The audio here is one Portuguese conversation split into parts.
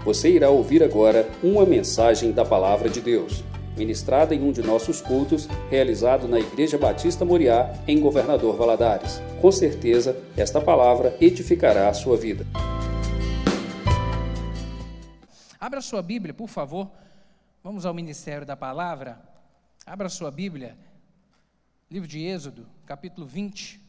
Você irá ouvir agora uma mensagem da Palavra de Deus, ministrada em um de nossos cultos, realizado na Igreja Batista Moriá, em Governador Valadares. Com certeza, esta palavra edificará a sua vida. Abra sua Bíblia, por favor. Vamos ao Ministério da Palavra. Abra sua Bíblia. Livro de Êxodo, capítulo 20.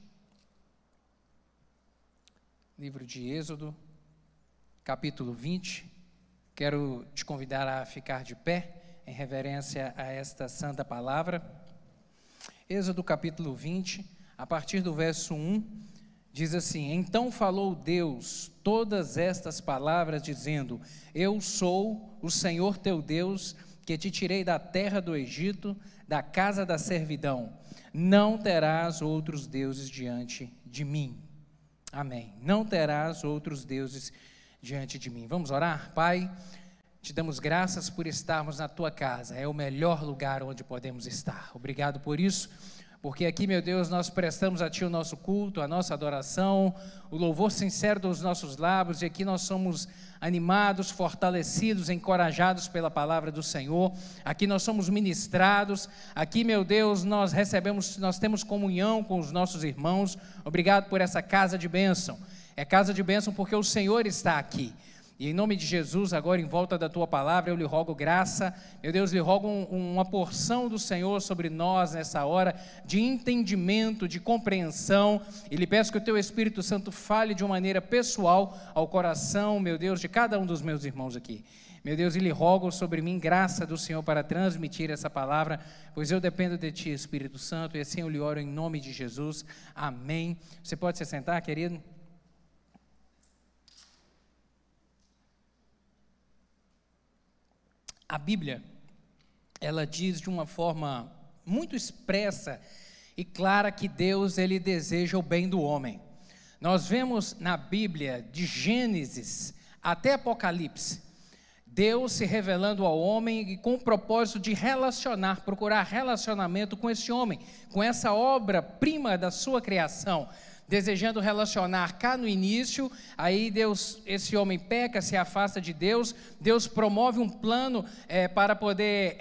Livro de Êxodo, capítulo 20. Quero te convidar a ficar de pé, em reverência a esta santa palavra. Êxodo, capítulo 20, a partir do verso 1, diz assim: Então falou Deus todas estas palavras, dizendo: Eu sou o Senhor teu Deus, que te tirei da terra do Egito, da casa da servidão. Não terás outros deuses diante de mim. Amém. Não terás outros deuses diante de mim. Vamos orar? Pai, te damos graças por estarmos na tua casa. É o melhor lugar onde podemos estar. Obrigado por isso, porque aqui, meu Deus, nós prestamos a ti o nosso culto, a nossa adoração, o louvor sincero dos nossos lábios, e aqui nós somos animados, fortalecidos, encorajados pela palavra do Senhor. Aqui nós somos ministrados. Aqui, meu Deus, nós temos comunhão com os nossos irmãos. Obrigado por essa casa de bênção. É casa de bênção porque o Senhor está aqui. E em nome de Jesus, agora em volta da tua palavra, eu lhe rogo graça, meu Deus, lhe rogo uma porção do Senhor sobre nós nessa hora, de entendimento, de compreensão, e lhe peço que o teu Espírito Santo fale de uma maneira pessoal ao coração, meu Deus, de cada um dos meus irmãos aqui. Meu Deus, e lhe rogo sobre mim graça do Senhor para transmitir essa palavra, pois eu dependo de ti, Espírito Santo, e assim eu lhe oro em nome de Jesus. Amém. Você pode se sentar, querido? A Bíblia, ela diz de uma forma muito expressa e clara que Deus, ele deseja o bem do homem. Nós vemos na Bíblia, de Gênesis até Apocalipse, Deus se revelando ao homem e com o propósito de procurar relacionamento com esse homem, com essa obra-prima da sua criação, desejando relacionar cá no início. Aí Deus, esse homem peca, se afasta de Deus, Deus promove um plano para poder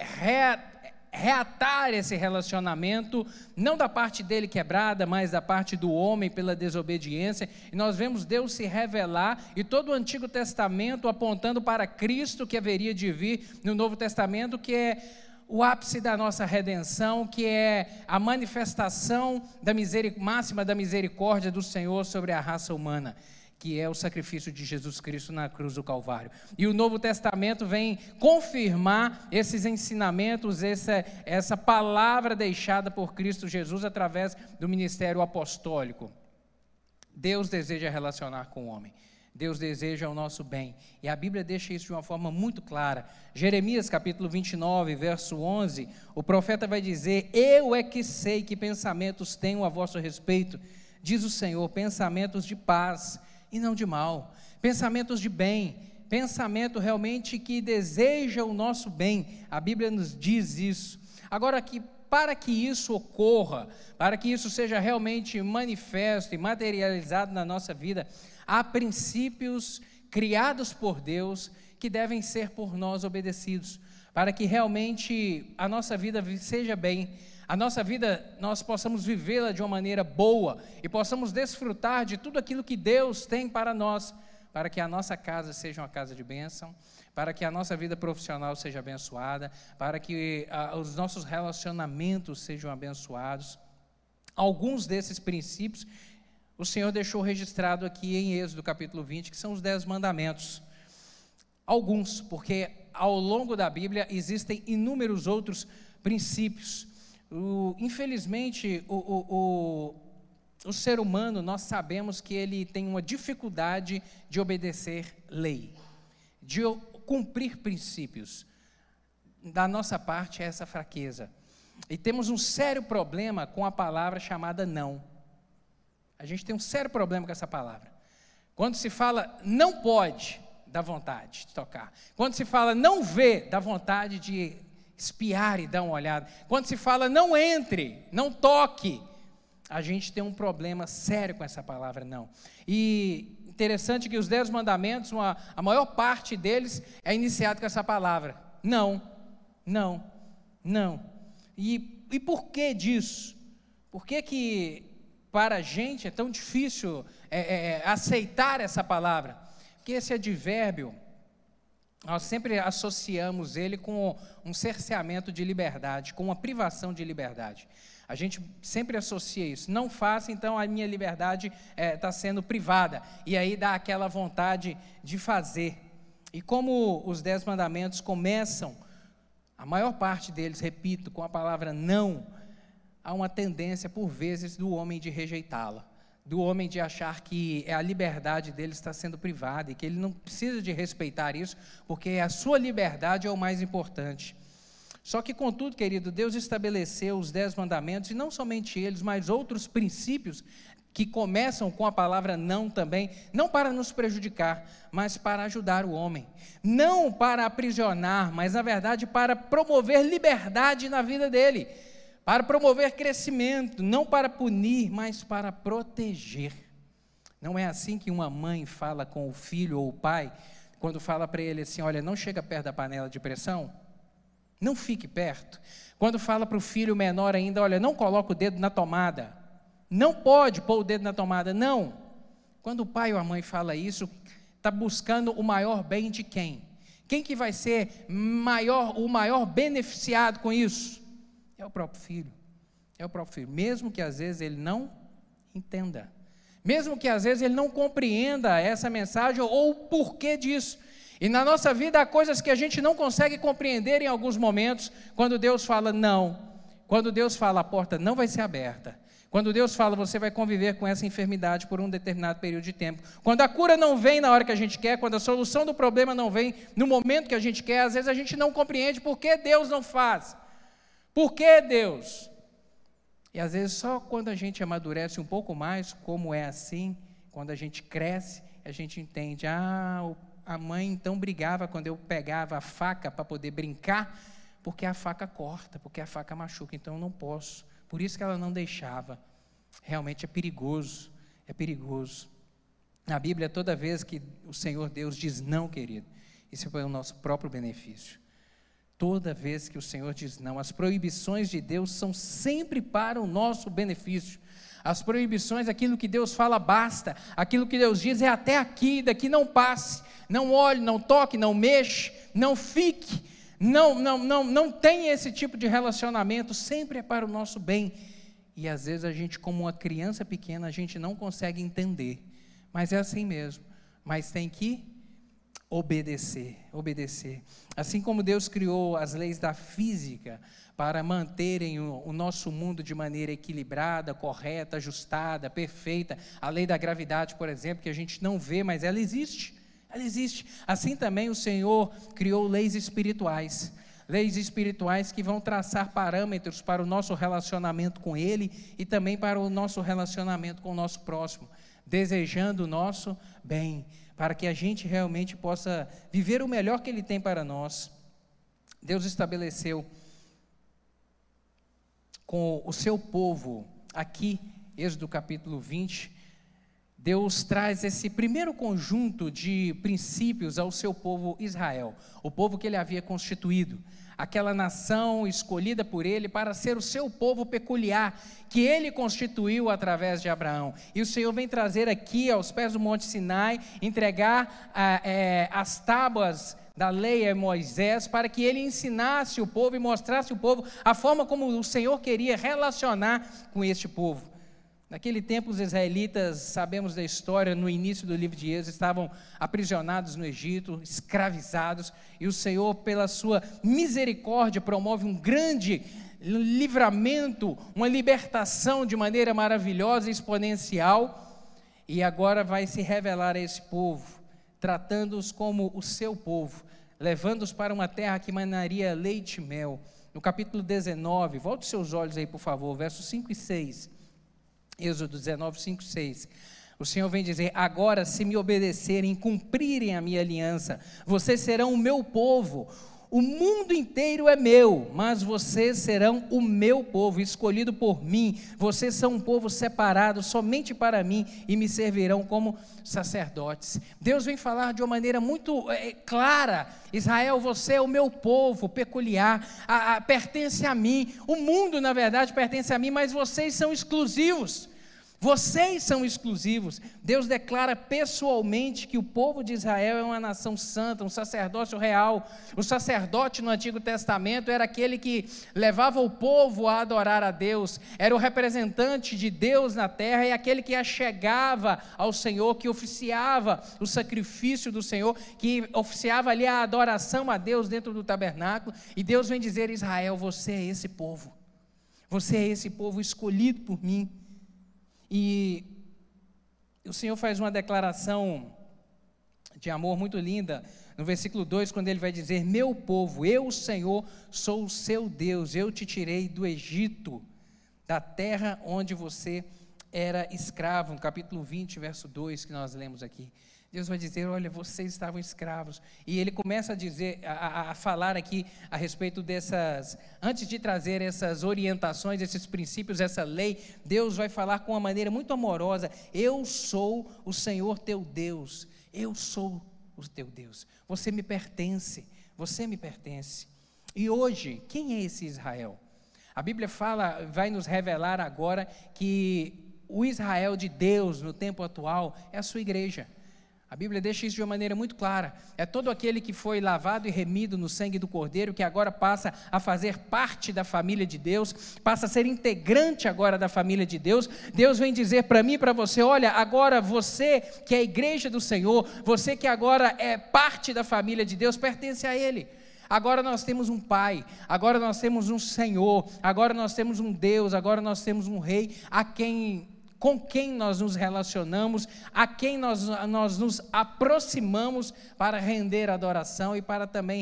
reatar esse relacionamento, não da parte dele quebrada, mas da parte do homem pela desobediência, e nós vemos Deus se revelar, e todo o Antigo Testamento apontando para Cristo que haveria de vir no Novo Testamento, que é o ápice da nossa redenção, que é a manifestação da máxima da misericórdia do Senhor sobre a raça humana, que é o sacrifício de Jesus Cristo na cruz do Calvário. E o Novo Testamento vem confirmar esses ensinamentos, essa palavra deixada por Cristo Jesus através do ministério apostólico. Deus deseja relacionar com o homem. Deus deseja o nosso bem, e a Bíblia deixa isso de uma forma muito clara. Jeremias capítulo 29, verso 11, o profeta vai dizer: Eu é que sei que pensamentos tenho a vosso respeito, diz o Senhor, pensamentos de paz e não de mal, pensamentos de bem, pensamento realmente que deseja o nosso bem. A Bíblia nos diz isso. Agora, para que isso ocorra, para que isso seja realmente manifesto e materializado na nossa vida, há princípios criados por Deus que devem ser por nós obedecidos, para que realmente a nossa vida seja bem, a nossa vida nós possamos vivê-la de uma maneira boa e possamos desfrutar de tudo aquilo que Deus tem para nós, para que a nossa casa seja uma casa de bênção, para que a nossa vida profissional seja abençoada, para que os nossos relacionamentos sejam abençoados. Alguns desses princípios o Senhor deixou registrado aqui em Êxodo capítulo 20, que são os 10 mandamentos. Alguns, porque ao longo da Bíblia existem inúmeros outros princípios. Infelizmente, o ser humano, nós sabemos que ele tem uma dificuldade de obedecer lei, de cumprir princípios. Da nossa parte, é essa fraqueza. E temos um sério problema com a palavra chamada não. A gente tem um sério problema com essa palavra. Quando se fala não pode, dá vontade de tocar. Quando se fala não vê, dá vontade de espiar e dar uma olhada. Quando se fala não entre, não toque, a gente tem um problema sério com essa palavra não. E Interessante que os 10 mandamentos, a maior parte deles é iniciado com essa palavra: não, não, não. E por que disso? Por que para a gente é tão difícil aceitar essa palavra? Porque esse advérbio, nós sempre associamos ele com um cerceamento de liberdade, com uma privação de liberdade. A gente sempre associa isso. Não faça, então a minha liberdade está sendo privada. E aí dá aquela vontade de fazer. E como os 10 mandamentos começam, a maior parte deles, repito, com a palavra não, há uma tendência, por vezes, do homem de rejeitá-la. Do homem de achar que a liberdade dele está sendo privada e que ele não precisa de respeitar isso, porque a sua liberdade é o mais importante. Só que, contudo, querido, Deus estabeleceu os 10 mandamentos, e não somente eles, mas outros princípios que começam com a palavra não também, não para nos prejudicar, mas para ajudar o homem. Não para aprisionar, mas, na verdade, para promover liberdade na vida dele, para promover crescimento, não para punir, mas para proteger. Não é assim que uma mãe fala com o filho ou o pai, quando fala para ele assim: olha, não chega perto da panela de pressão, não fique perto. Quando fala para o filho menor ainda: olha, não coloca o dedo na tomada, não pode pôr o dedo na tomada, não. Quando o pai ou a mãe fala isso, está buscando o maior bem de quem? Quem que vai ser o maior beneficiado com isso? É o próprio filho, é o próprio filho, mesmo que às vezes ele não entenda, mesmo que às vezes ele não compreenda essa mensagem ou o porquê disso. E na nossa vida há coisas que a gente não consegue compreender em alguns momentos, quando Deus fala não, quando Deus fala a porta não vai ser aberta, quando Deus fala você vai conviver com essa enfermidade por um determinado período de tempo, quando a cura não vem na hora que a gente quer, quando a solução do problema não vem no momento que a gente quer, às vezes a gente não compreende por que Deus não faz. Por que Deus? E às vezes só quando a gente amadurece um pouco mais, como é assim, quando a gente cresce, a gente entende: a mãe então brigava quando eu pegava a faca para poder brincar, porque a faca corta, porque a faca machuca, então eu não posso. Por isso que ela não deixava. Realmente é perigoso, é perigoso. Na Bíblia, toda vez que o Senhor Deus diz não, querido, isso é para o nosso próprio benefício. Toda vez que o Senhor diz não, as proibições de Deus são sempre para o nosso benefício. As proibições, aquilo que Deus fala basta, aquilo que Deus diz é até aqui, daqui não passe, não olhe, não toque, não mexe, não fique, não tenha esse tipo de relacionamento, sempre é para o nosso bem. E às vezes a gente, como uma criança pequena, a gente não consegue entender, mas é assim mesmo, mas tem que obedecer. Assim como Deus criou as leis da física para manterem o nosso mundo de maneira equilibrada, correta, ajustada, perfeita. A lei da gravidade, por exemplo, que a gente não vê, mas ela existe. Assim também o Senhor criou leis espirituais que vão traçar parâmetros para o nosso relacionamento com Ele e também para o nosso relacionamento com o nosso próximo, desejando o nosso bem, para que a gente realmente possa viver o melhor que Ele tem para nós. Deus estabeleceu com o seu povo, aqui, Êxodo capítulo 20, Deus traz esse primeiro conjunto de princípios ao seu povo Israel, o povo que Ele havia constituído, aquela nação escolhida por Ele para ser o seu povo peculiar, que Ele constituiu através de Abraão. E o Senhor vem trazer aqui aos pés do Monte Sinai, entregar as tábuas da lei a Moisés, para que ele ensinasse o povo e mostrasse ao povo a forma como o Senhor queria relacionar com este povo. Naquele tempo os israelitas, sabemos da história, no início do livro de Êxodo, estavam aprisionados no Egito, escravizados, e o Senhor, pela sua misericórdia, promove um grande livramento, uma libertação de maneira maravilhosa e exponencial, e agora vai se revelar a esse povo, tratando-os como o seu povo, levando-os para uma terra que manaria leite e mel. No capítulo 19, volte seus olhos aí por favor, versos 5 e 6, Êxodo 19, 5 e 6, o Senhor vem dizer: agora se me obedecerem e cumprirem a minha aliança, vocês serão o meu povo, O mundo inteiro é meu, mas vocês serão o meu povo, escolhido por mim. Vocês são um povo separado somente para mim e me servirão como sacerdotes. Deus vem falar de uma maneira muito clara: Israel, você é o meu povo peculiar, pertence a mim. O mundo, na verdade, pertence a mim, mas vocês são exclusivos. Vocês são exclusivos. Deus declara pessoalmente que o povo de Israel é uma nação santa, um sacerdócio real. O sacerdote no Antigo Testamento era aquele que levava o povo a adorar a Deus, era o representante de Deus na terra e aquele que achegava ao Senhor, que oficiava o sacrifício do Senhor, que oficiava ali a adoração a Deus dentro do tabernáculo. E Deus vem dizer: Israel, você é esse povo, você é esse povo escolhido por mim. E o Senhor faz uma declaração de amor muito linda, no versículo 2, quando Ele vai dizer: meu povo, eu, o Senhor, sou o seu Deus, eu te tirei do Egito, da terra onde você era escravo, no capítulo 20, verso 2, que nós lemos aqui. Deus vai dizer: olha, vocês estavam escravos. E Ele começa a dizer, a falar aqui a respeito dessas, antes de trazer essas orientações, esses princípios, essa lei, Deus vai falar com uma maneira muito amorosa: eu sou o Senhor teu Deus, eu sou o teu Deus, você me pertence, você me pertence. E hoje, quem é esse Israel? A Bíblia fala, vai nos revelar agora que o Israel de Deus no tempo atual é a sua igreja. A Bíblia deixa isso de uma maneira muito clara: é todo aquele que foi lavado e remido no sangue do Cordeiro, que agora passa a fazer parte da família de Deus, passa a ser integrante agora da família de Deus. Deus vem dizer para mim e para você: olha, agora você que é a igreja do Senhor, você que agora é parte da família de Deus, pertence a Ele. Agora nós temos um Pai, agora nós temos um Senhor, agora nós temos um Deus, agora nós temos um Rei com quem nós nos relacionamos, a quem nós nos aproximamos para render adoração e para também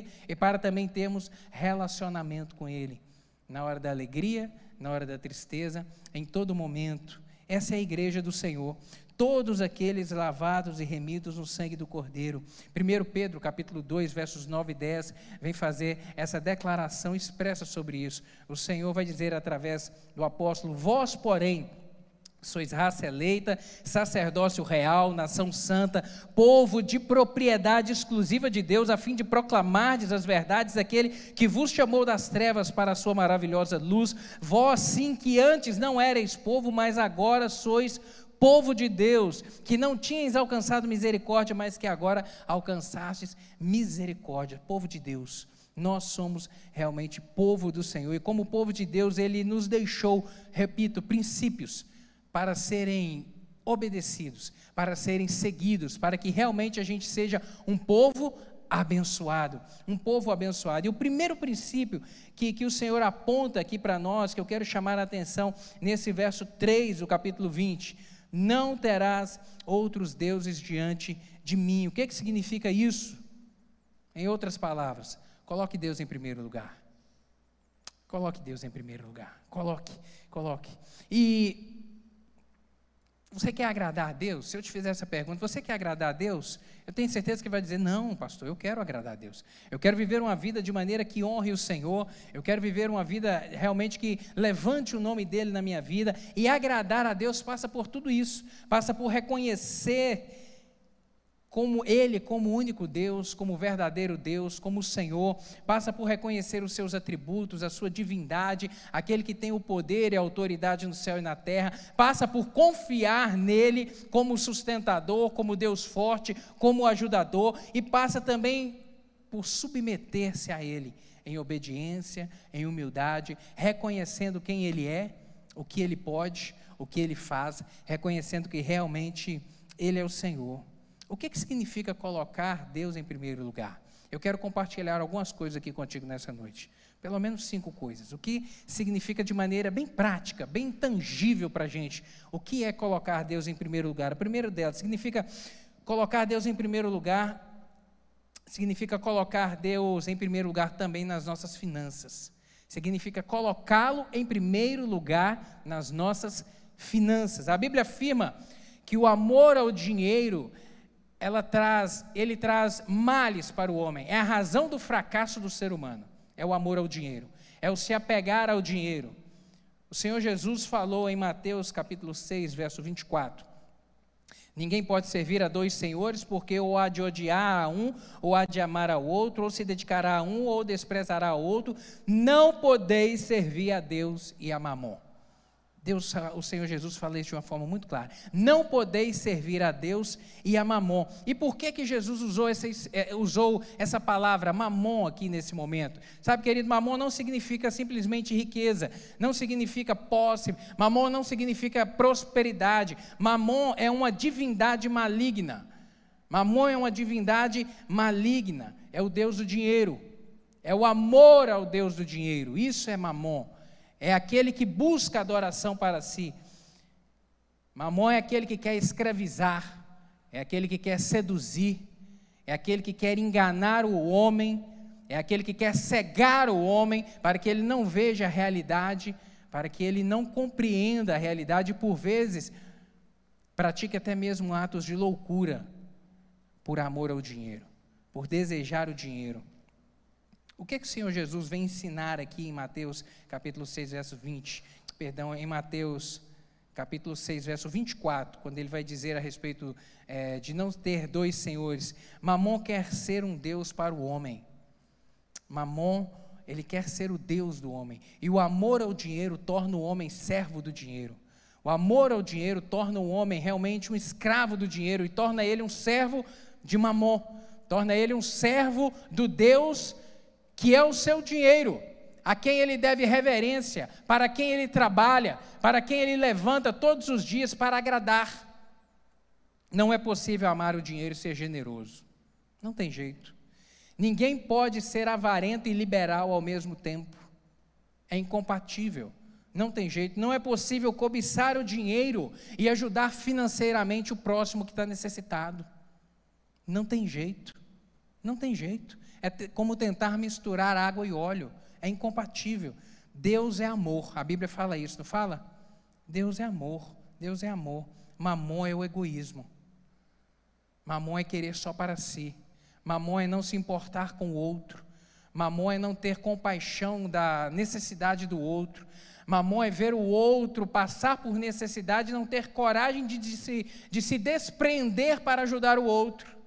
termos relacionamento com Ele, na hora da alegria, na hora da tristeza, em todo momento. Essa é a igreja do Senhor, todos aqueles lavados e remidos no sangue do Cordeiro. 1 Pedro, capítulo 2, versos 9 e 10, vem fazer essa declaração expressa sobre isso. O Senhor vai dizer através do apóstolo: vós, porém, sois raça eleita, sacerdócio real, nação santa, povo de propriedade exclusiva de Deus, a fim de proclamardes as verdades daquele que vos chamou das trevas para a sua maravilhosa luz. Vós sim que antes não erais povo, mas agora sois povo de Deus, que não tinhais alcançado misericórdia, mas que agora alcançastes misericórdia. Povo de Deus. Nós somos realmente povo do Senhor, e como povo de Deus, Ele nos deixou, repito, princípios para serem obedecidos, para serem seguidos, para que realmente a gente seja um povo abençoado, um povo abençoado. E o primeiro princípio que o Senhor aponta aqui para nós, que eu quero chamar a atenção nesse verso 3 do capítulo 20, não terás outros deuses diante de mim. O que significa isso? Em outras palavras, coloque Deus em primeiro lugar. Coloque Deus em primeiro lugar. Coloque. E você quer agradar a Deus? Se eu te fizer essa pergunta, você quer agradar a Deus? Eu tenho certeza que vai dizer: não, pastor, eu quero agradar a Deus. Eu quero viver uma vida de maneira que honre o Senhor. Eu quero viver uma vida realmente que levante o nome dEle na minha vida. E agradar a Deus passa por tudo isso. Passa por reconhecer como Ele, como único Deus, como verdadeiro Deus, como o Senhor. Passa por reconhecer os seus atributos, a sua divindade, aquele que tem o poder e a autoridade no céu e na terra. Passa por confiar nele como sustentador, como Deus forte, como ajudador, e passa também por submeter-se a Ele em obediência, em humildade, reconhecendo quem Ele é, o que Ele pode, o que Ele faz, reconhecendo que realmente Ele é o Senhor. O que significa colocar Deus em primeiro lugar? Eu quero compartilhar algumas coisas aqui contigo nessa noite. Pelo menos 5 coisas. O que significa de maneira bem prática, bem tangível para a gente. O que é colocar Deus em primeiro lugar? O primeiro delas significa colocar Deus em primeiro lugar. Significa colocar Deus em primeiro lugar também nas nossas finanças. Significa colocá-lo em primeiro lugar nas nossas finanças. A Bíblia afirma que o amor ao dinheiro ele traz males para o homem. É a razão do fracasso do ser humano. É o amor ao dinheiro. É o se apegar ao dinheiro. O Senhor Jesus falou em Mateus capítulo 6, verso 24. Ninguém pode servir a dois senhores, porque ou há de odiar a um, ou há de amar ao outro, ou se dedicará a um, ou desprezará ao outro. Não podeis servir a Deus e a Mamon. O Senhor Jesus fala isso de uma forma muito clara. Não podeis servir a Deus e a Mamon. E por que Jesus usou essa palavra Mamon aqui nesse momento? Sabe, querido, Mamon não significa simplesmente riqueza, não significa posse, Mamon não significa prosperidade. Mamon é uma divindade maligna. Mamon é uma divindade maligna, é o Deus do dinheiro, é o amor ao Deus do dinheiro, isso é Mamon. É aquele que busca adoração para si. Mamon é aquele que quer escravizar, é aquele que quer seduzir, é aquele que quer enganar o homem, é aquele que quer cegar o homem para que ele não veja a realidade, para que ele não compreenda a realidade e, por vezes, pratique até mesmo atos de loucura por amor ao dinheiro, por desejar o dinheiro. O que o Senhor Jesus vem ensinar aqui em Mateus capítulo 6, verso 20, em Mateus capítulo 6, verso 24, quando ele vai dizer a respeito de não ter dois senhores. Mamon quer ser um Deus para o homem. Mamon, ele quer ser o Deus do homem. E o amor ao dinheiro torna o homem servo do dinheiro. O amor ao dinheiro torna o homem realmente um escravo do dinheiro e torna ele um servo de Mamon. Torna ele um servo do Deus que é o seu dinheiro, a quem ele deve reverência, para quem ele trabalha, para quem ele levanta todos os dias para agradar. Não é possível amar o dinheiro e ser generoso. Não tem jeito. Ninguém pode ser avarento e liberal ao mesmo tempo. É incompatível. Não tem jeito. Não é possível cobiçar o dinheiro e ajudar financeiramente o próximo que está necessitado. Não tem jeito. Não tem jeito. É como tentar misturar água e óleo. É incompatível. Deus é amor. A Bíblia fala isso, não fala? Deus é amor. Deus é amor. Mamon é o egoísmo. Mamon é querer só para si. Mamon é não se importar com o outro. Mamon é não ter compaixão da necessidade do outro. Mamon é ver o outro passar por necessidade e não ter coragem de se desprender para ajudar o outro.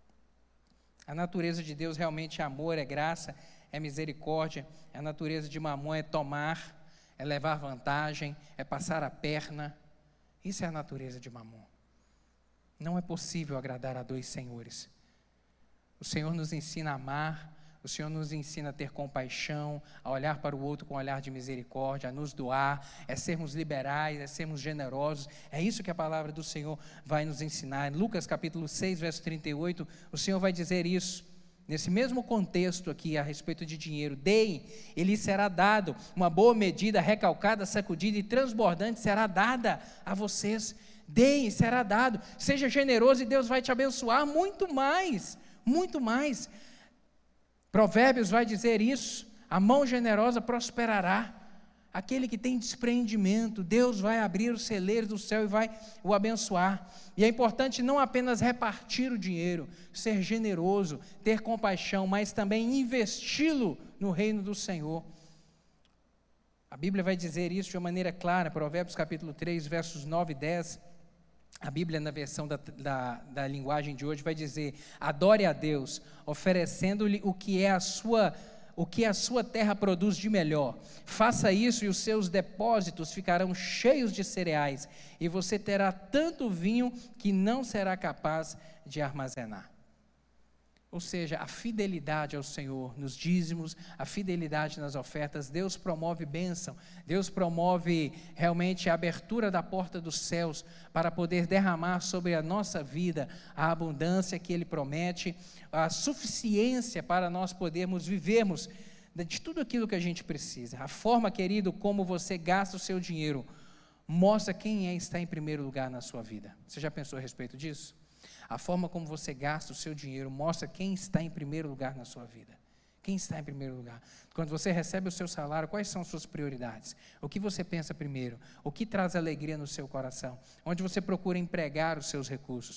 A natureza de Deus realmente é amor, é graça, é misericórdia. A natureza de Mamon é tomar, é levar vantagem, é passar a perna. Isso é a natureza de Mamon. Não é possível agradar a dois senhores. O Senhor nos ensina a amar, o Senhor nos ensina a ter compaixão, a olhar para o outro com um olhar de misericórdia, a nos doar, é sermos liberais, é sermos generosos. É isso que a palavra do Senhor vai nos ensinar. Em Lucas capítulo 6, verso 38, o Senhor vai dizer isso. Nesse mesmo contexto aqui, a respeito de dinheiro: deem, e lhes será dado, uma boa medida, recalcada, sacudida e transbordante será dada a vocês. Deem, e será dado. Seja generoso e Deus vai te abençoar muito mais, muito mais. Provérbios vai dizer isso: a mão generosa prosperará. Aquele que tem desprendimento, Deus vai abrir os celeiros do céu e vai o abençoar. E é importante não apenas repartir o dinheiro, ser generoso, ter compaixão, mas também investi-lo no reino do Senhor. A Bíblia vai dizer isso de uma maneira clara, Provérbios capítulo 3, versos 9 e 10. A Bíblia, na versão da linguagem de hoje, vai dizer: adore a Deus, oferecendo-lhe o que a sua terra produz de melhor. Faça isso e os seus depósitos ficarão cheios de cereais, e você terá tanto vinho que não será capaz de armazenar. Ou seja, a fidelidade ao Senhor nos dízimos, a fidelidade nas ofertas. Deus promove bênção, Deus promove realmente a abertura da porta dos céus para poder derramar sobre a nossa vida a abundância que Ele promete, a suficiência para nós podermos vivermos de tudo aquilo que a gente precisa. A forma, querido, como você gasta o seu dinheiro mostra quem está em primeiro lugar na sua vida. Você já pensou a respeito disso? A forma como você gasta o seu dinheiro mostra quem está em primeiro lugar na sua vida. Quem está em primeiro lugar? Quando você recebe o seu salário, quais são as suas prioridades? O que você pensa primeiro? O que traz alegria no seu coração? Onde você procura empregar os seus recursos?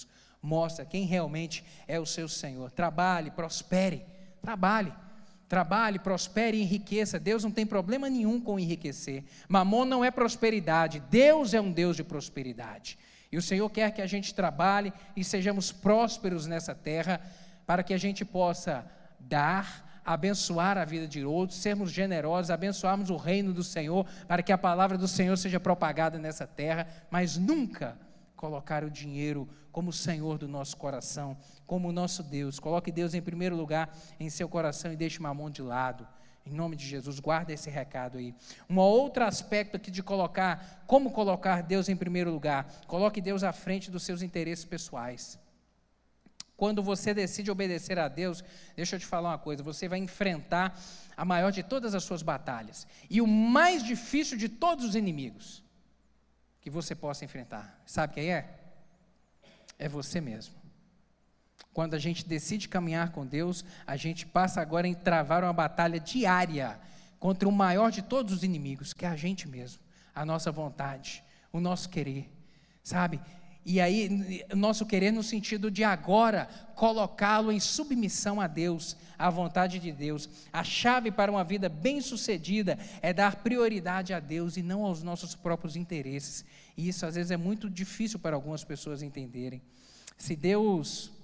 mostra quem realmente é o seu Senhor. Trabalhe, prospere, trabalhe, prospere e enriqueça. Deus não tem problema nenhum com enriquecer. Mamon não é prosperidade, Deus é um Deus de prosperidade. E o Senhor quer que a gente trabalhe e sejamos prósperos nessa terra, para que a gente possa dar, abençoar a vida de outros, sermos generosos, abençoarmos o reino do Senhor, para que a palavra do Senhor seja propagada nessa terra, mas nunca colocar o dinheiro como o Senhor do nosso coração, como o nosso Deus. Coloque Deus em primeiro lugar em seu coração e deixe o mamon de lado. Em nome de Jesus, guarda esse recado aí. Um outro aspecto aqui de como colocar Deus em primeiro lugar. Coloque Deus à frente dos seus interesses pessoais. Quando você decide obedecer a Deus, deixa eu te falar uma coisa, você vai enfrentar a maior de todas as suas batalhas, e o mais difícil de todos os inimigos que você possa enfrentar, sabe quem é? É você mesmo. Quando a gente decide caminhar com Deus, a gente passa agora a travar uma batalha diária contra o maior de todos os inimigos, que é a gente mesmo, a nossa vontade, o nosso querer, sabe? E aí, o nosso querer no sentido de agora colocá-lo em submissão a Deus, à vontade de Deus. A chave para uma vida bem-sucedida é dar prioridade a Deus e não aos nossos próprios interesses. E isso às vezes é muito difícil para algumas pessoas entenderem. Se Deus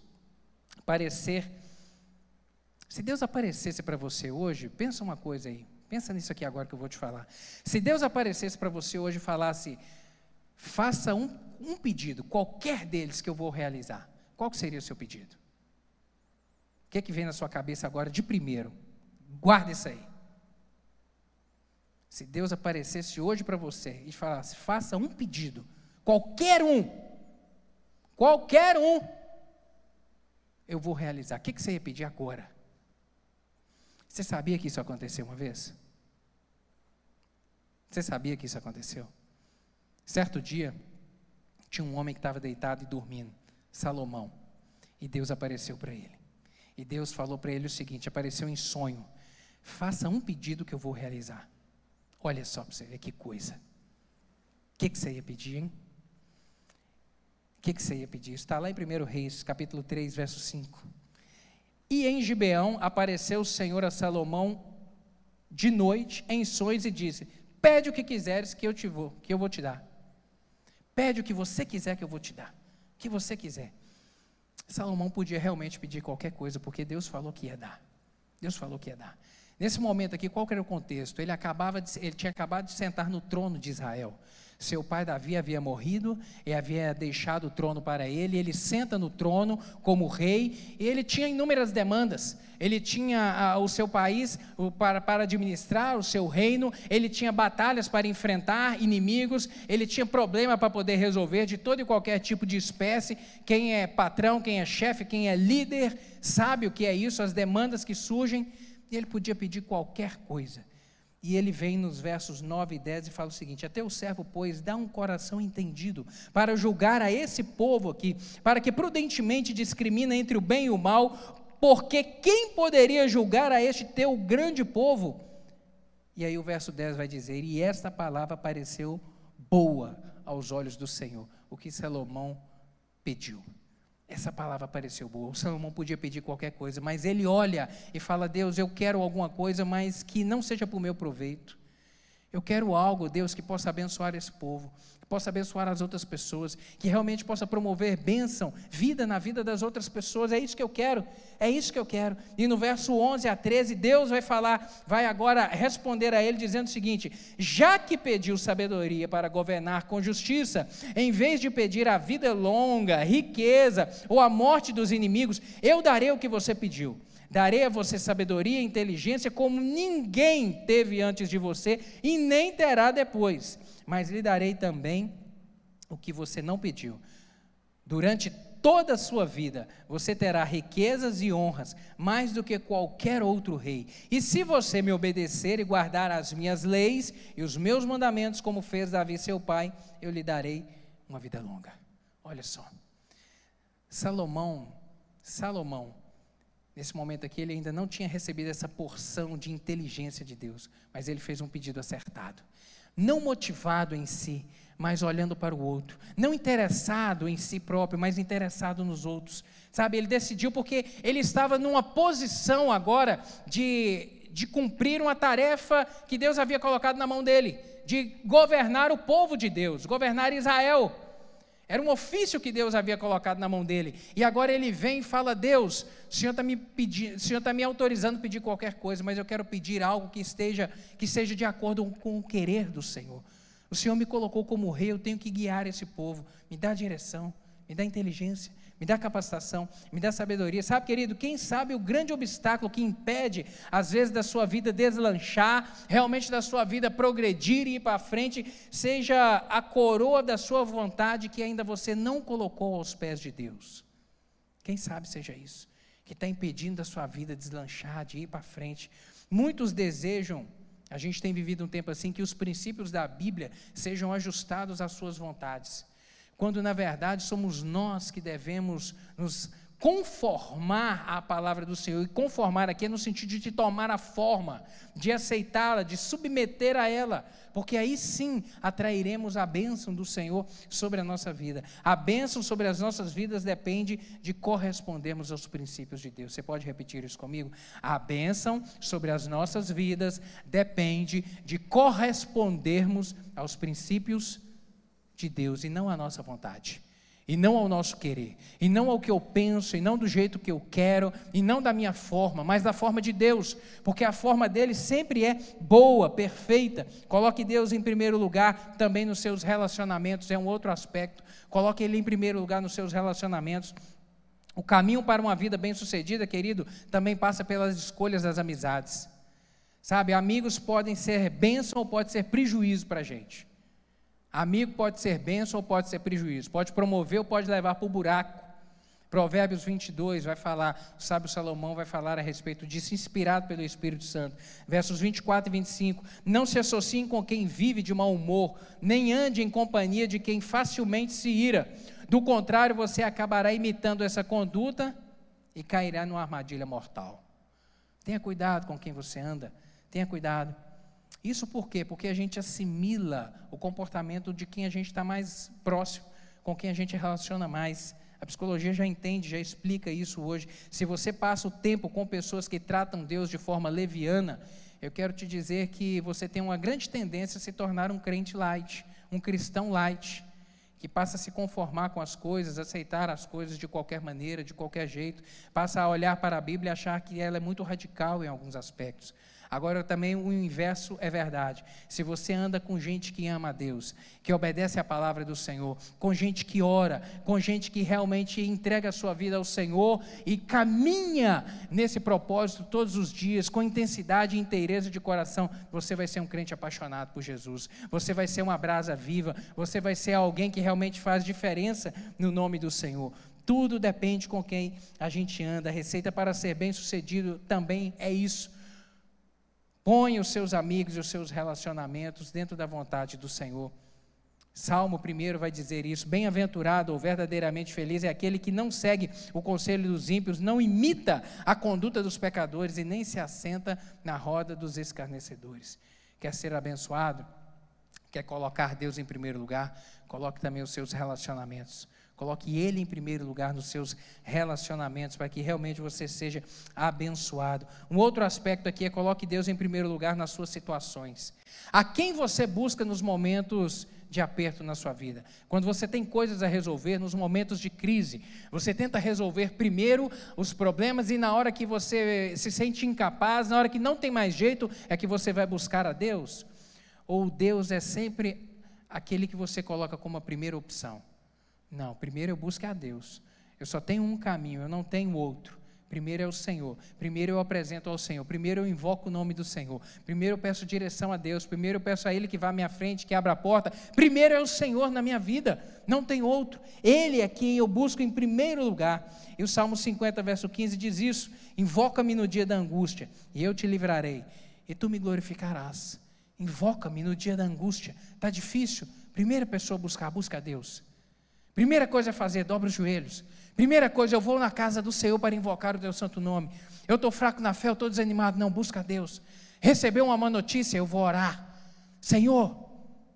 aparecesse para você hoje, pensa uma coisa aí, pensa nisso aqui agora que eu vou te falar. Se Deus aparecesse para você hoje e falasse, faça um pedido, qualquer deles que eu vou realizar, qual que seria o seu pedido? O que vem na sua cabeça agora de primeiro? Guarda isso aí. Se Deus aparecesse hoje para você e falasse, faça um pedido, qualquer um, eu vou realizar, o que você ia pedir agora? Você sabia que isso aconteceu uma vez? Você sabia que isso aconteceu? Certo dia, tinha um homem que estava deitado e dormindo, Salomão, e Deus apareceu para ele, e Deus falou para ele o seguinte, apareceu em sonho, faça um pedido que eu vou realizar. Olha só para você ver que coisa. O que você ia pedir, hein? O que você ia pedir? Está lá em 1 Reis, capítulo 3, verso 5. E em Gibeão apareceu o Senhor a Salomão de noite, em sonhos, e disse, pede o que quiseres que eu vou te dar. Pede o que você quiser que eu vou te dar. O que você quiser. Salomão podia realmente pedir qualquer coisa, porque Deus falou que ia dar. Deus falou que ia dar. Nesse momento aqui, qual que era o contexto? Ele tinha acabado de sentar no trono de Israel. Seu pai Davi havia morrido, e havia deixado o trono para ele senta no trono como rei, e ele tinha inúmeras demandas, ele tinha o seu país para administrar, o seu reino, ele tinha batalhas para enfrentar, inimigos, ele tinha problema para poder resolver, de todo e qualquer tipo de espécie. Quem é patrão, quem é chefe, quem é líder, sabe o que é isso, as demandas que surgem, e ele podia pedir qualquer coisa. E ele vem nos versos 9 e 10 e fala o seguinte, a teu servo, pois, dá um coração entendido, para julgar a esse povo aqui, para que prudentemente discrimina entre o bem e o mal, porque quem poderia julgar a este teu grande povo? E aí o verso 10 vai dizer, e esta palavra pareceu boa aos olhos do Senhor, o que Salomão pediu. Essa palavra pareceu boa. O Salomão podia pedir qualquer coisa, mas ele olha e fala, Deus, eu quero alguma coisa, mas que não seja para o meu proveito. Eu quero algo, Deus, que possa abençoar esse povo, que possa abençoar as outras pessoas, que realmente possa promover bênção, vida na vida das outras pessoas. É isso que eu quero, é isso que eu quero. E no verso 11 a 13, Deus vai agora responder a ele dizendo o seguinte, já que pediu sabedoria para governar com justiça, em vez de pedir a vida longa, riqueza ou a morte dos inimigos, eu darei o que você pediu. Darei a você sabedoria e inteligência como ninguém teve antes de você e nem terá depois, mas lhe darei também o que você não pediu. Durante toda a sua vida, você terá riquezas e honras, mais do que qualquer outro rei. E se você me obedecer e guardar as minhas leis e os meus mandamentos, como fez Davi seu pai, eu lhe darei uma vida longa. Olha só, Salomão, nesse momento aqui, ele ainda não tinha recebido essa porção de inteligência de Deus, mas ele fez um pedido acertado, não motivado em si, mas olhando para o outro, não interessado em si próprio, mas interessado nos outros, sabe? Ele decidiu porque ele estava numa posição agora de cumprir uma tarefa que Deus havia colocado na mão dele, de governar o povo de Deus, governar Israel. Era um ofício que Deus havia colocado na mão dele, e agora ele vem e fala: Deus, o Senhor está me autorizando a pedir qualquer coisa, mas eu quero pedir algo que seja de acordo com o querer do Senhor. O Senhor me colocou como rei, eu tenho que guiar esse povo, me dá direção, me dá inteligência, me dá capacitação, me dá sabedoria. Sabe, querido, quem sabe o grande obstáculo que impede, às vezes, da sua vida deslanchar, realmente da sua vida progredir e ir para frente, seja a coroa da sua vontade que ainda você não colocou aos pés de Deus. Quem sabe seja isso, que está impedindo da sua vida deslanchar, de ir para frente. Muitos desejam, a gente tem vivido um tempo assim, que os princípios da Bíblia sejam ajustados às suas vontades, quando na verdade somos nós que devemos nos conformar à palavra do Senhor. E conformar aqui é no sentido de tomar a forma, de aceitá-la, de submeter a ela, porque aí sim atrairemos a bênção do Senhor sobre a nossa vida. A bênção sobre as nossas vidas depende de correspondermos aos princípios de Deus. Você pode repetir isso comigo? A bênção sobre as nossas vidas depende de correspondermos aos princípios de Deus, e não à nossa vontade, e não ao nosso querer, e não ao que eu penso, e não do jeito que eu quero, e não da minha forma, mas da forma de Deus, porque a forma dele sempre é boa, perfeita. Coloque Deus em primeiro lugar também nos seus relacionamentos, é um outro aspecto. Coloque ele em primeiro lugar nos seus relacionamentos. O caminho para uma vida bem-sucedida, querido, também passa pelas escolhas das amizades, sabe? Amigos podem ser bênção ou pode ser prejuízo para a gente. Amigo pode ser bênção ou pode ser prejuízo, pode promover ou pode levar para o buraco. Provérbios 22 vai falar, o sábio Salomão vai falar a respeito disso, inspirado pelo Espírito Santo. Versos 24 e 25, não se associem com quem vive de mau humor, nem ande em companhia de quem facilmente se ira. Do contrário, você acabará imitando essa conduta e cairá numa armadilha mortal. Tenha cuidado com quem você anda, tenha cuidado. Isso por quê? Porque a gente assimila o comportamento de quem a gente está mais próximo, com quem a gente relaciona mais. A psicologia já entende, já explica isso hoje. Se você passa o tempo com pessoas que tratam Deus de forma leviana, eu quero te dizer que você tem uma grande tendência a se tornar um crente light, um cristão light, que passa a se conformar com as coisas, aceitar as coisas de qualquer maneira, de qualquer jeito, passa a olhar para a Bíblia e achar que ela é muito radical em alguns aspectos. Agora também o inverso é verdade. Se você anda com gente que ama a Deus, que obedece à palavra do Senhor, com gente que ora, com gente que realmente entrega a sua vida ao Senhor e caminha nesse propósito todos os dias, com intensidade e inteireza de coração, você vai ser um crente apaixonado por Jesus, você vai ser uma brasa viva, você vai ser alguém que realmente faz diferença no nome do Senhor. Tudo depende com quem a gente anda. A receita para ser bem-sucedido também é isso. Põe os seus amigos e os seus relacionamentos dentro da vontade do Senhor. Salmo 1 vai dizer isso: bem-aventurado ou verdadeiramente feliz é aquele que não segue o conselho dos ímpios, não imita a conduta dos pecadores e nem se assenta na roda dos escarnecedores. Quer ser abençoado? Quer colocar Deus em primeiro lugar? Coloque também os seus relacionamentos. Coloque Ele em primeiro lugar nos seus relacionamentos, para que realmente você seja abençoado. Um outro aspecto aqui é: coloque Deus em primeiro lugar nas suas situações. A quem você busca nos momentos de aperto na sua vida? Quando você tem coisas a resolver, nos momentos de crise, você tenta resolver primeiro os problemas, e na hora que você se sente incapaz, na hora que não tem mais jeito, é que você vai buscar a Deus? Ou Deus é sempre aquele que você coloca como a primeira opção? Não, primeiro eu busco a Deus. Eu só tenho um caminho, eu não tenho outro. Primeiro é o Senhor, primeiro eu apresento ao Senhor, primeiro eu invoco o nome do Senhor, primeiro eu peço direção a Deus, primeiro eu peço a Ele que vá à minha frente, que abra a porta. Primeiro é o Senhor na minha vida, não tem outro. Ele é quem eu busco em primeiro lugar. E o Salmo 50, verso 15 diz isso: invoca-me no dia da angústia, e eu te livrarei, e tu me glorificarás. Invoca-me no dia da angústia. Está difícil? Primeira pessoa a buscar, busca a Deus. Primeira coisa a fazer, dobra os joelhos. Primeira coisa, eu vou na casa do Senhor para invocar o teu santo nome. Eu estou fraco na fé, eu estou desanimado. Não, busca a Deus. Recebeu uma má notícia, eu vou orar. Senhor,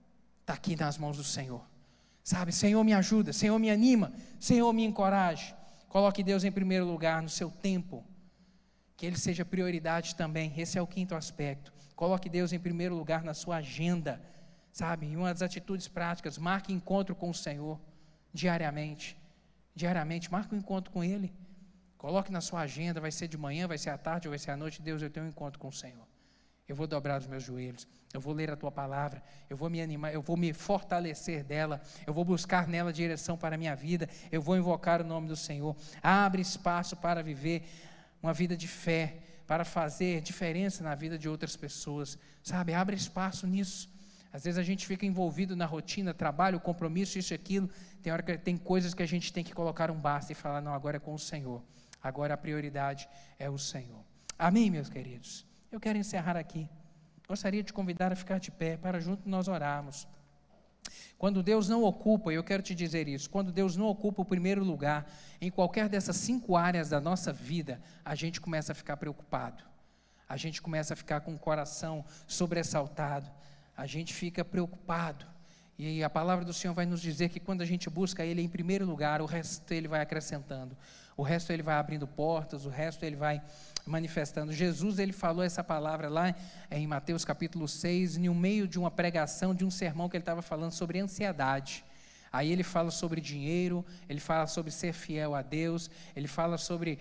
está aqui nas mãos do Senhor. Sabe, Senhor, me ajuda, Senhor, me anima, Senhor, me encoraje. Coloque Deus em primeiro lugar no seu tempo, que Ele seja prioridade também. Esse é o quinto aspecto. Coloque Deus em primeiro lugar na sua agenda, sabe, em uma das atitudes práticas. Marque encontro com o Senhor diariamente, marque um encontro com Ele. Coloque na sua agenda, vai ser de manhã, vai ser à tarde ou vai ser à noite. Deus, eu tenho um encontro com o Senhor. Eu vou dobrar os meus joelhos, eu vou ler a Tua palavra, eu vou me animar, eu vou me fortalecer dela, eu vou buscar nela direção para a minha vida, eu vou invocar o nome do Senhor. Abre espaço para viver uma vida de fé, para fazer diferença na vida de outras pessoas, sabe? Abre espaço nisso. Às vezes a gente fica envolvido na rotina, trabalho, compromisso, isso e aquilo. Tem coisas que a gente tem que colocar um basta e falar, não, agora é com o Senhor. Agora a prioridade é o Senhor. Amém, meus queridos? Eu quero encerrar aqui. Gostaria de te convidar a ficar de pé para junto nós orarmos. Quando Deus não ocupa, eu quero te dizer isso, quando Deus não ocupa o primeiro lugar em qualquer dessas 5 áreas da nossa vida, a gente começa a ficar preocupado, a gente começa a ficar com o coração sobressaltado, a gente fica preocupado. E a palavra do Senhor vai nos dizer que quando a gente busca Ele em primeiro lugar, o resto Ele vai acrescentando, o resto Ele vai abrindo portas, o resto Ele vai manifestando. Jesus, Ele falou essa palavra lá em Mateus capítulo 6, no meio de uma pregação, de um sermão que Ele estava falando sobre ansiedade. Aí Ele fala sobre dinheiro, Ele fala sobre ser fiel a Deus, Ele fala sobre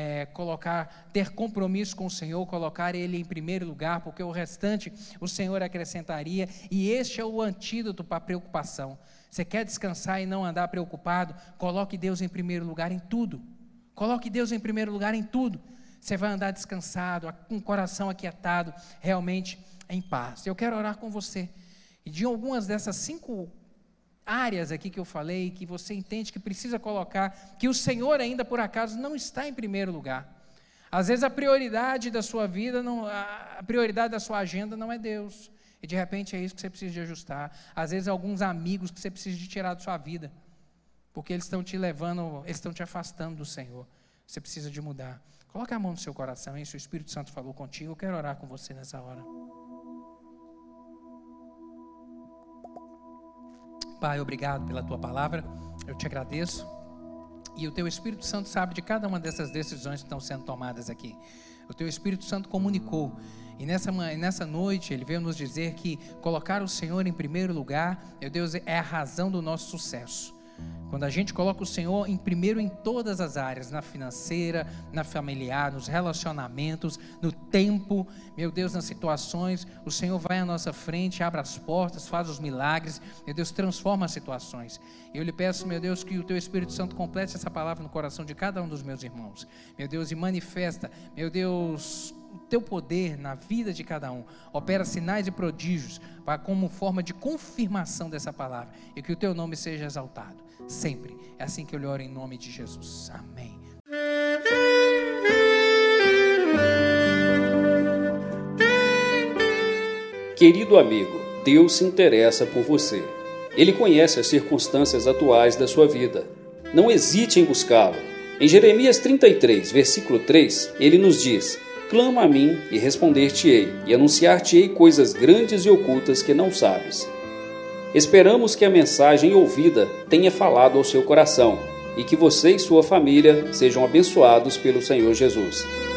ter compromisso com o Senhor, colocar Ele em primeiro lugar, porque o restante o Senhor acrescentaria, e este é o antídoto para a preocupação. Você quer descansar e não andar preocupado? Coloque Deus em primeiro lugar em tudo. Coloque Deus em primeiro lugar em tudo. Você vai andar descansado, com o coração aquietado, realmente em paz. Eu quero orar com você. E de algumas dessas 5 áreas aqui que eu falei, que você entende que precisa colocar, que o Senhor ainda por acaso não está em primeiro lugar. Às vezes a prioridade da sua vida, a prioridade da sua agenda não é Deus. E de repente é isso que você precisa de ajustar. Às vezes alguns amigos que você precisa de tirar da sua vida, porque eles estão te levando, eles estão te afastando do Senhor. Você precisa de mudar. Coloque a mão no seu coração, hein? Se o Espírito Santo falou contigo, eu quero orar com você nessa hora. Pai, obrigado pela Tua palavra, eu te agradeço. E o Teu Espírito Santo sabe de cada uma dessas decisões que estão sendo tomadas aqui. O Teu Espírito Santo comunicou. E nessa noite Ele veio nos dizer que colocar o Senhor em primeiro lugar, meu Deus, é a razão do nosso sucesso. Quando a gente coloca o Senhor primeiro em todas as áreas, na financeira, na familiar, nos relacionamentos, no tempo, meu Deus, nas situações, o Senhor vai à nossa frente, abre as portas, faz os milagres, meu Deus, transforma as situações. Eu lhe peço, meu Deus, que o Teu Espírito Santo complete essa palavra no coração de cada um dos meus irmãos, meu Deus, e manifesta, meu Deus, o Teu poder na vida de cada um, opera sinais e prodígios como forma de confirmação dessa palavra, e que o Teu nome seja exaltado sempre. É assim que eu lhe oro em nome de Jesus. Amém. Querido amigo, Deus se interessa por você. Ele conhece as circunstâncias atuais da sua vida. Não hesite em buscá-lo. Em Jeremias 33, versículo 3, ele nos diz: clama a mim e responder-te-ei, e anunciar-te-ei coisas grandes e ocultas que não sabes. Esperamos que a mensagem ouvida tenha falado ao seu coração e que você e sua família sejam abençoados pelo Senhor Jesus.